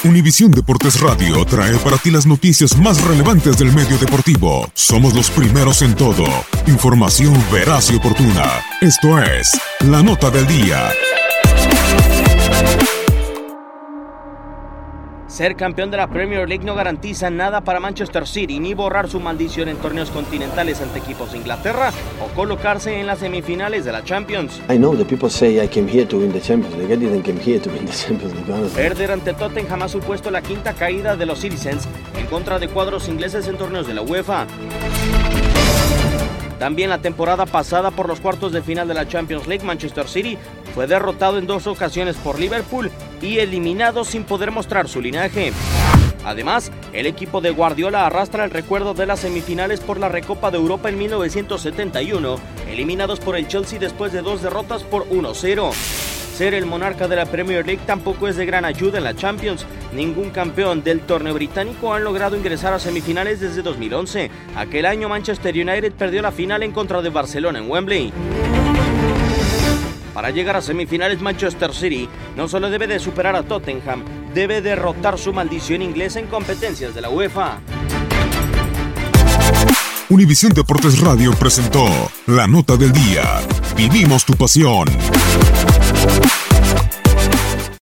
Univisión Deportes Radio trae para ti las noticias más relevantes del medio deportivo. Somos los primeros en todo. Información veraz y oportuna. Esto es La Nota del Día. Ser campeón de la Premier League no garantiza nada para Manchester City, ni borrar su maldición en torneos continentales ante equipos de Inglaterra o colocarse en las semifinales de la Champions. I know that people say I came here to win the Champions League. I didn't come here to win the Champions League, honestly. Perder ante Tottenham ha supuesto la quinta caída de los Citizens en contra de cuadros ingleses en torneos de la UEFA. También la temporada pasada, por los cuartos de final de la Champions League, Manchester City fue derrotado en 2 ocasiones por Liverpool y eliminado sin poder mostrar su linaje. Además, el equipo de Guardiola arrastra el recuerdo de las semifinales por la Recopa de Europa en 1971, eliminados por el Chelsea después de 2 derrotas por 1-0. Ser el monarca de la Premier League tampoco es de gran ayuda en la Champions. Ningún campeón del torneo británico ha logrado ingresar a semifinales desde 2011. Aquel año Manchester United perdió la final en contra de Barcelona en Wembley. Para llegar a semifinales, Manchester City no solo debe de superar a Tottenham, debe derrotar su maldición inglesa en competencias de la UEFA. Univisión Deportes Radio presentó La Nota del Día. Vivimos tu pasión.